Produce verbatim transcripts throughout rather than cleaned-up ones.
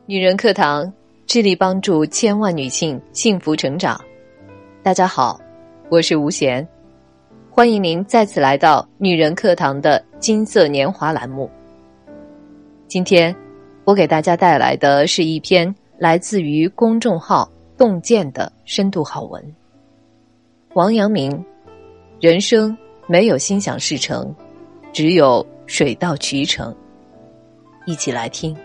女人课堂致力帮助千万女性幸福成长。大家好，我是吴贤，欢迎您再次来到女人课堂的金色年华栏目。今天我给大家带来的是一篇来自于公众号洞见的深度好文。王阳明，人生没有心想事成，只有水到渠成。一起来听。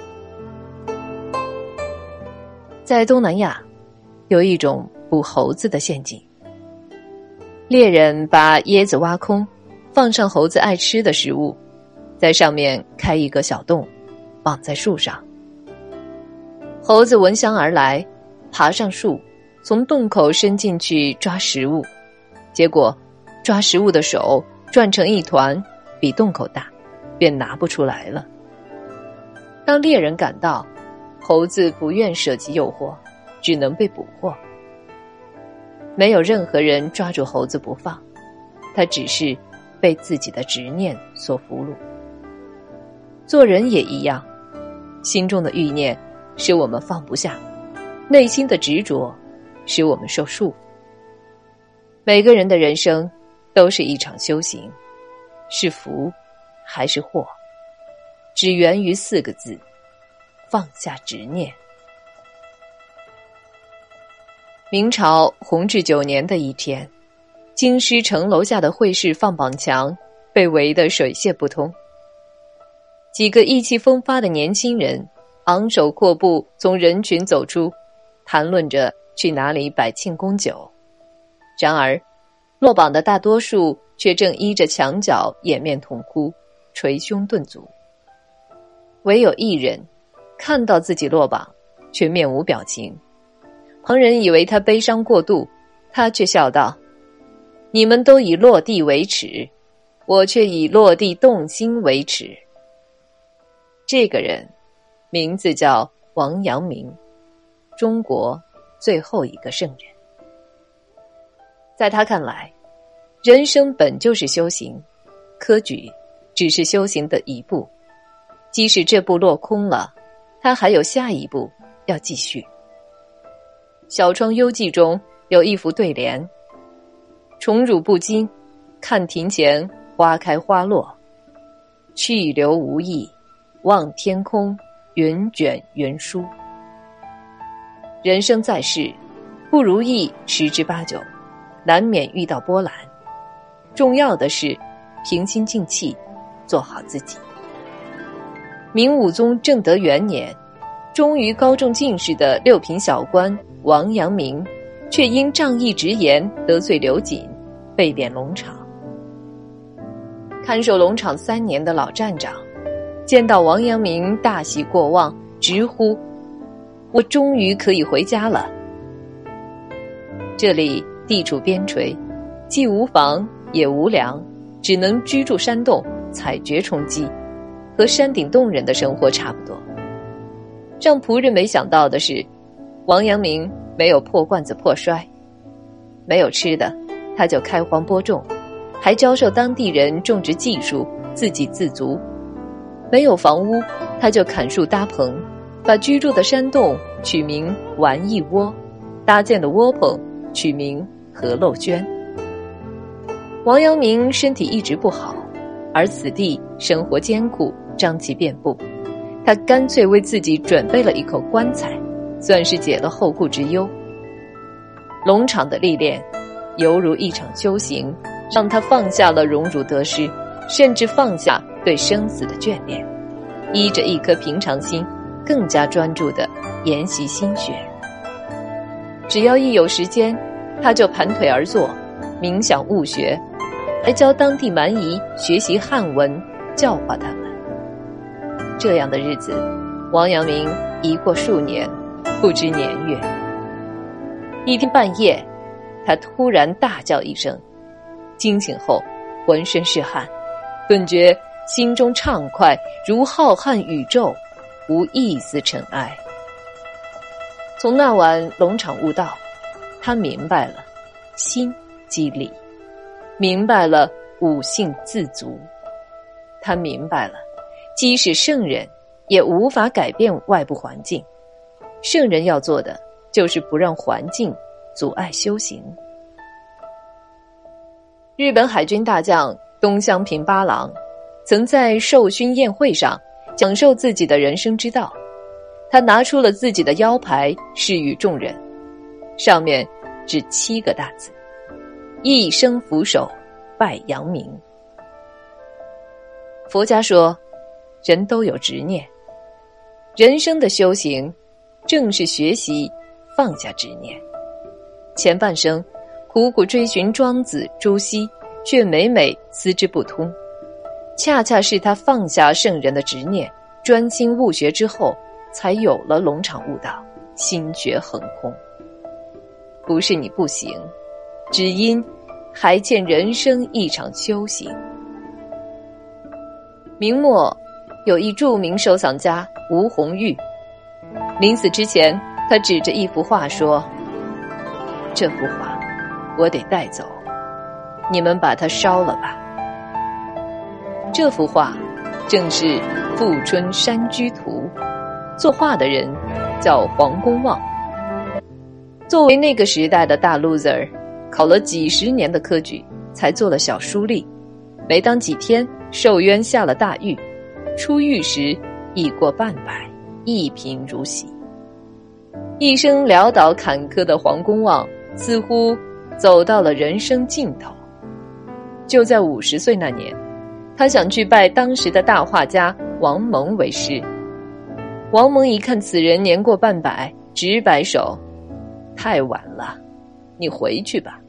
在东南亚，有一种捕猴子的陷阱。猎人把椰子挖空，放上猴子爱吃的食物，在上面开一个小洞，绑在树上。猴子闻香而来，爬上树，从洞口伸进去抓食物，结果抓食物的手转成一团，比洞口大，便拿不出来了。当猎人赶到，猴子不愿舍弃诱惑，只能被捕获。没有任何人抓住猴子不放，他只是被自己的执念所俘虏。做人也一样，心中的欲念使我们放不下，内心的执着使我们受束缚。每个人的人生都是一场修行，是福还是祸，只源于四个字：放下执念。明朝弘治九年的一天，京师城楼下的会试放榜墙被围得水泄不通。几个意气风发的年轻人昂首阔步从人群走出，谈论着去哪里摆庆功酒。然而落榜的大多数却正依着墙角掩面痛哭，捶胸顿足。唯有一人看到自己落榜，却面无表情。旁人以为他悲伤过度，他却笑道：你们都以落地为耻，我却以落地动心为耻。这个人名字叫王阳明，中国最后一个圣人。在他看来，人生本就是修行，科举只是修行的一步，即使这步落空了，他还有下一步要继续。小窗幽记中有一幅对联：宠辱不惊，看庭前花开花落，去留无意，望天空云卷云舒。人生在世，不如意十之八九，难免遇到波澜，重要的是平心静气，做好自己。明武宗正德元年，终于高中进士的六品小官王阳明，却因仗义直言得罪刘瑾，被贬龙场。看守龙场三年的老站长见到王阳明大喜过望，直呼：我终于可以回家了。这里地处边陲，既无房也无粮，只能居住山洞，采掘充饥，和山顶洞人的生活差不多。让仆人没想到的是，王阳明没有破罐子破摔，没有吃的他就开荒播种，还教授当地人种植技术，自给自足。没有房屋，他就砍树搭棚，把居住的山洞取名玩意窝，搭建的窝棚取名何陋轩。王阳明身体一直不好，而此地生活艰苦，瘴气遍布，他干脆为自己准备了一口棺材，算是解了后顾之忧。龙场的历练犹如一场修行，让他放下了荣辱得失，甚至放下对生死的眷恋，依着一颗平常心，更加专注地研习心学。只要一有时间，他就盘腿而坐，冥想悟学，还教当地蛮夷学习汉文，教化他们。这样的日子，王阳明一过数年，不知年月。一天半夜，他突然大叫一声，惊醒后浑身是汗，顿觉心中畅快，如浩瀚宇宙，无一丝尘埃。从那晚龙场悟道，他明白了心即理，明白了悟性自足，他明白了即使圣人也无法改变外部环境。圣人要做的就是不让环境阻碍修行。日本海军大将东乡平八郎曾在授勋宴会上讲授自己的人生之道，他拿出了自己的腰牌示与众人，上面只七个大字：一生俯首拜阳明。佛家说人都有执念，人生的修行正是学习放下执念。前半生苦苦追寻庄子、朱熹，却每每思之不通，恰恰是他放下圣人的执念，专心悟学之后，才有了龙场悟道，心觉横空。不是你不行，只因还欠人生一场修行。明末有一著名收藏家吴红玉，临死之前，他指着一幅画说：这幅画我得带走，你们把它烧了吧。这幅画正是《富春山居图》，作画的人叫黄公望。作为那个时代的大 loser， 考了几十年的科举才做了小书吏，没当几天受冤下了大狱，出狱时已过半百，一贫如洗。一生潦倒坎坷的黄公望似乎走到了人生尽头。就在五十岁那年，他想去拜当时的大画家王蒙为师。王蒙一看此人年过半百，直摆手：太晚了，你回去吧。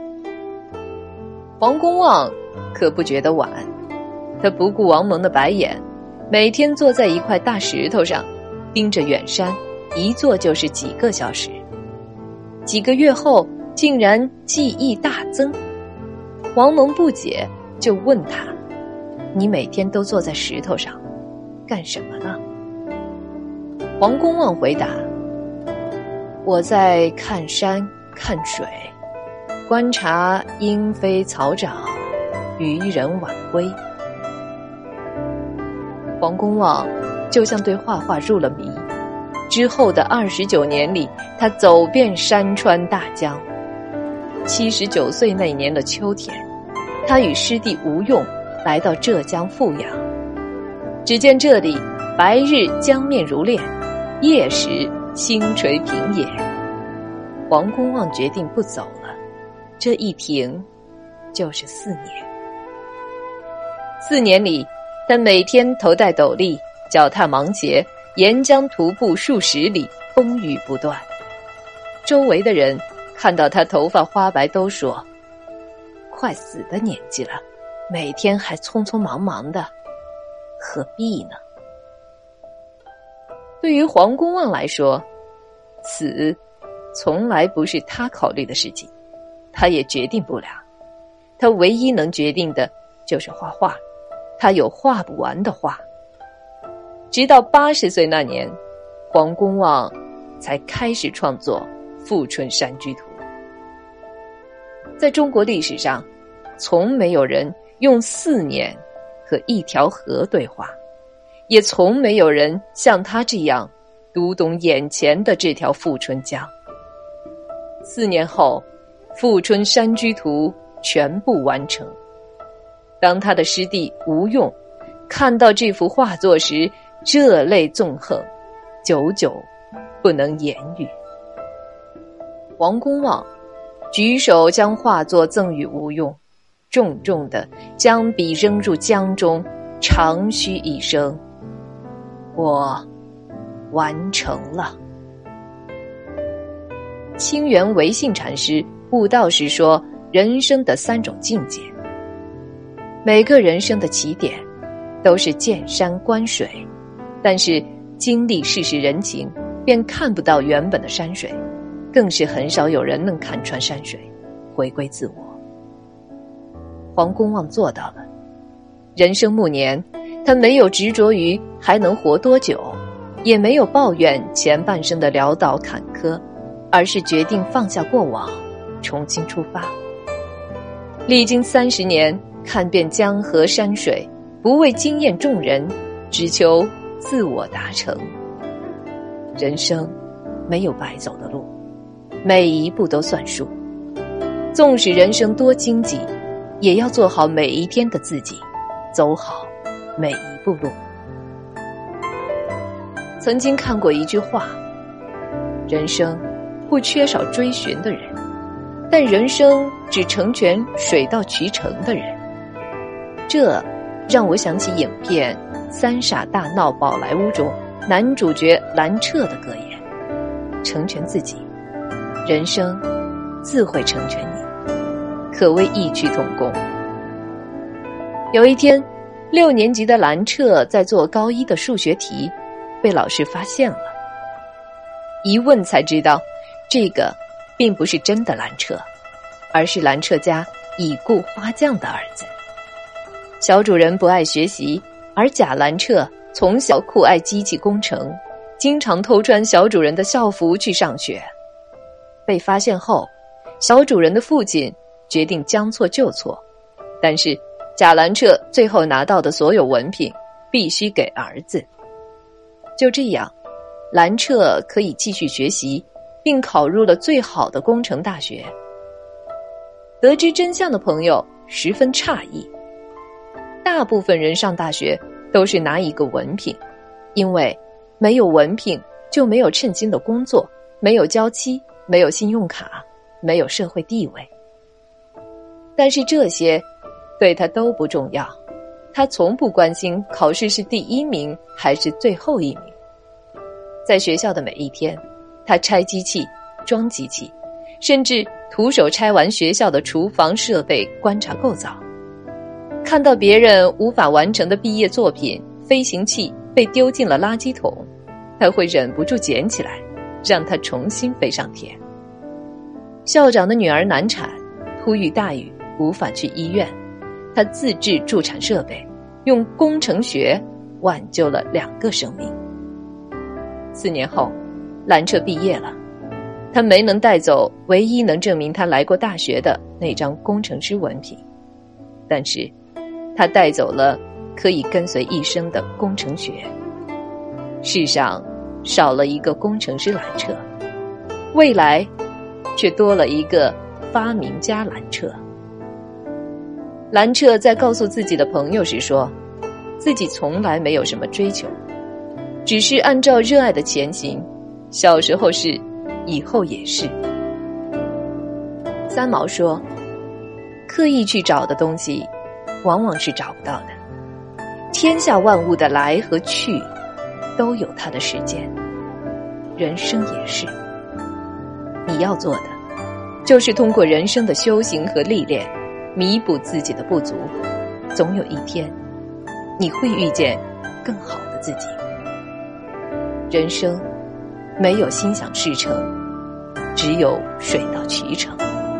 黄公望可不觉得晚，他不顾王蒙的白眼，每天坐在一块大石头上，盯着远山，一坐就是几个小时。几个月后，竟然记忆大增。王蒙不解，就问他：你每天都坐在石头上干什么呢？黄公望回答：我在看山看水，观察莺飞草长，渔人晚归。黄公望就像对画画入了迷，之后的二十九年里，他走遍山川大江。七十九岁那年的秋天，他与师弟吴用来到浙江富阳。只见这里白日江面如练，夜时星垂平野。黄公望决定不走了，这一停就是四年。四年里，他每天头戴斗笠，脚踏芒鞋，沿江徒步数十里，风雨不断。周围的人看到他头发花白，都说：快死的年纪了，每天还匆匆忙忙的，何必呢？对于黄公望来说，死从来不是他考虑的事情，他也决定不了。他唯一能决定的就是画画，他有画不完的画。直到八十岁那年，黄公望才开始创作《富春山居图》。在中国历史上，从没有人用四年和一条河对话，也从没有人像他这样读懂眼前的这条富春江。四年后，《富春山居图》全部完成。当他的师弟吴用看到这幅画作时，热泪纵横，久久不能言语。黄公望举手将画作赠与吴用，重重地将笔扔入江中，长吁一声：我完成了。清源维信禅师悟道时说，人生的三种境界。每个人生的起点都是见山观水，但是经历世事人情，便看不到原本的山水，更是很少有人能看穿山水，回归自我。黄公望做到了。人生暮年，他没有执着于还能活多久，也没有抱怨前半生的潦倒坎坷，而是决定放下过往，重新出发。历经三十年，看遍江河山水，不为惊艳众人，只求自我达成。人生没有白走的路，每一步都算数。纵使人生多荆棘，也要做好每一天的自己，走好每一步路。曾经看过一句话，人生不缺少追寻的人，但人生只成全水到渠成的人。这让我想起影片《三傻大闹宝莱坞》中男主角兰彻的格言：成全自己，人生自会成全你，可谓异曲同工。有一天，六年级的兰彻在做高一的数学题，被老师发现了。一问才知道，这个并不是真的兰彻，而是兰彻家已故花匠的儿子。小主人不爱学习，而贾兰彻从小酷爱机器工程，经常偷穿小主人的校服去上学。被发现后，小主人的父亲决定将错就错，但是贾兰彻最后拿到的所有文凭必须给儿子。就这样，兰彻可以继续学习，并考入了最好的工程大学。得知真相的朋友十分诧异，大部分人上大学都是拿一个文凭，因为没有文凭就没有称心的工作，没有娇妻，没有信用卡，没有社会地位。但是这些对他都不重要，他从不关心考试是第一名还是最后一名。在学校的每一天，他拆机器，装机器，甚至徒手拆完学校的厨房设备，观察构造。看到别人无法完成的毕业作品飞行器被丢进了垃圾桶，他会忍不住捡起来，让它重新飞上天。校长的女儿难产，突遇大雨无法去医院，他自制助产设备，用工程学挽救了两个生命。四年后，兰彻毕业了，他没能带走唯一能证明他来过大学的那张工程师文凭，但是他带走了可以跟随一生的工程学。世上少了一个工程师兰彻，未来却多了一个发明家兰彻。兰彻在告诉自己的朋友时说，自己从来没有什么追求，只是按照热爱的前行，小时候是，以后也是。三毛说，刻意去找的东西往往是找不到的，天下万物的来和去都有它的时间，人生也是。你要做的就是通过人生的修行和历练，弥补自己的不足，总有一天你会遇见更好的自己。人生没有心想事成，只有水到渠成。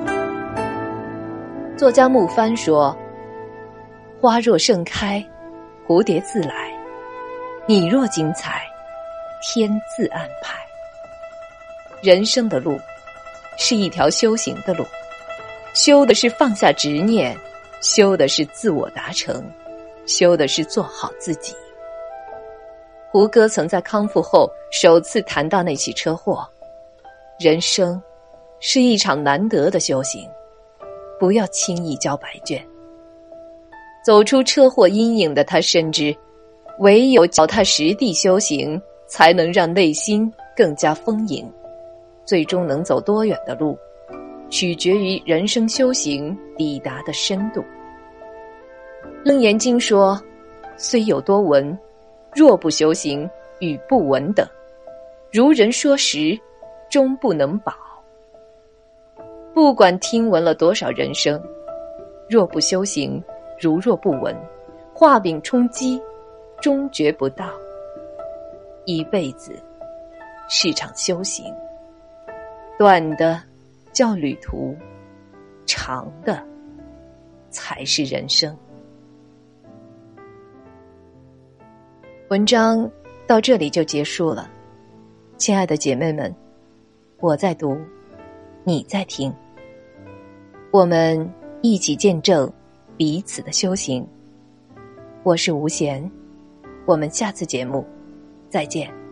作家木帆说，花若盛开，蝴蝶自来，你若精彩，天自安排。人生的路是一条修行的路，修的是放下执念，修的是自我达成，修的是做好自己。胡歌曾在康复后首次谈到那起车祸，人生是一场难得的修行，不要轻易交白卷。走出车祸阴影的他深知，唯有脚踏实地修行，才能让内心更加丰盈。最终能走多远的路，取决于人生修行抵达的深度。楞严经说，虽有多闻，若不修行，与不闻等。如人说实，终不能保。不管听闻了多少人生，若不修行，如若不闻，画饼充饥，终觉不到。一辈子是场修行，短的叫旅途，长的才是人生。文章到这里就结束了，亲爱的姐妹们，我在读，你在听，我们一起见证彼此的修行。我是吴贤，我们下次节目再见。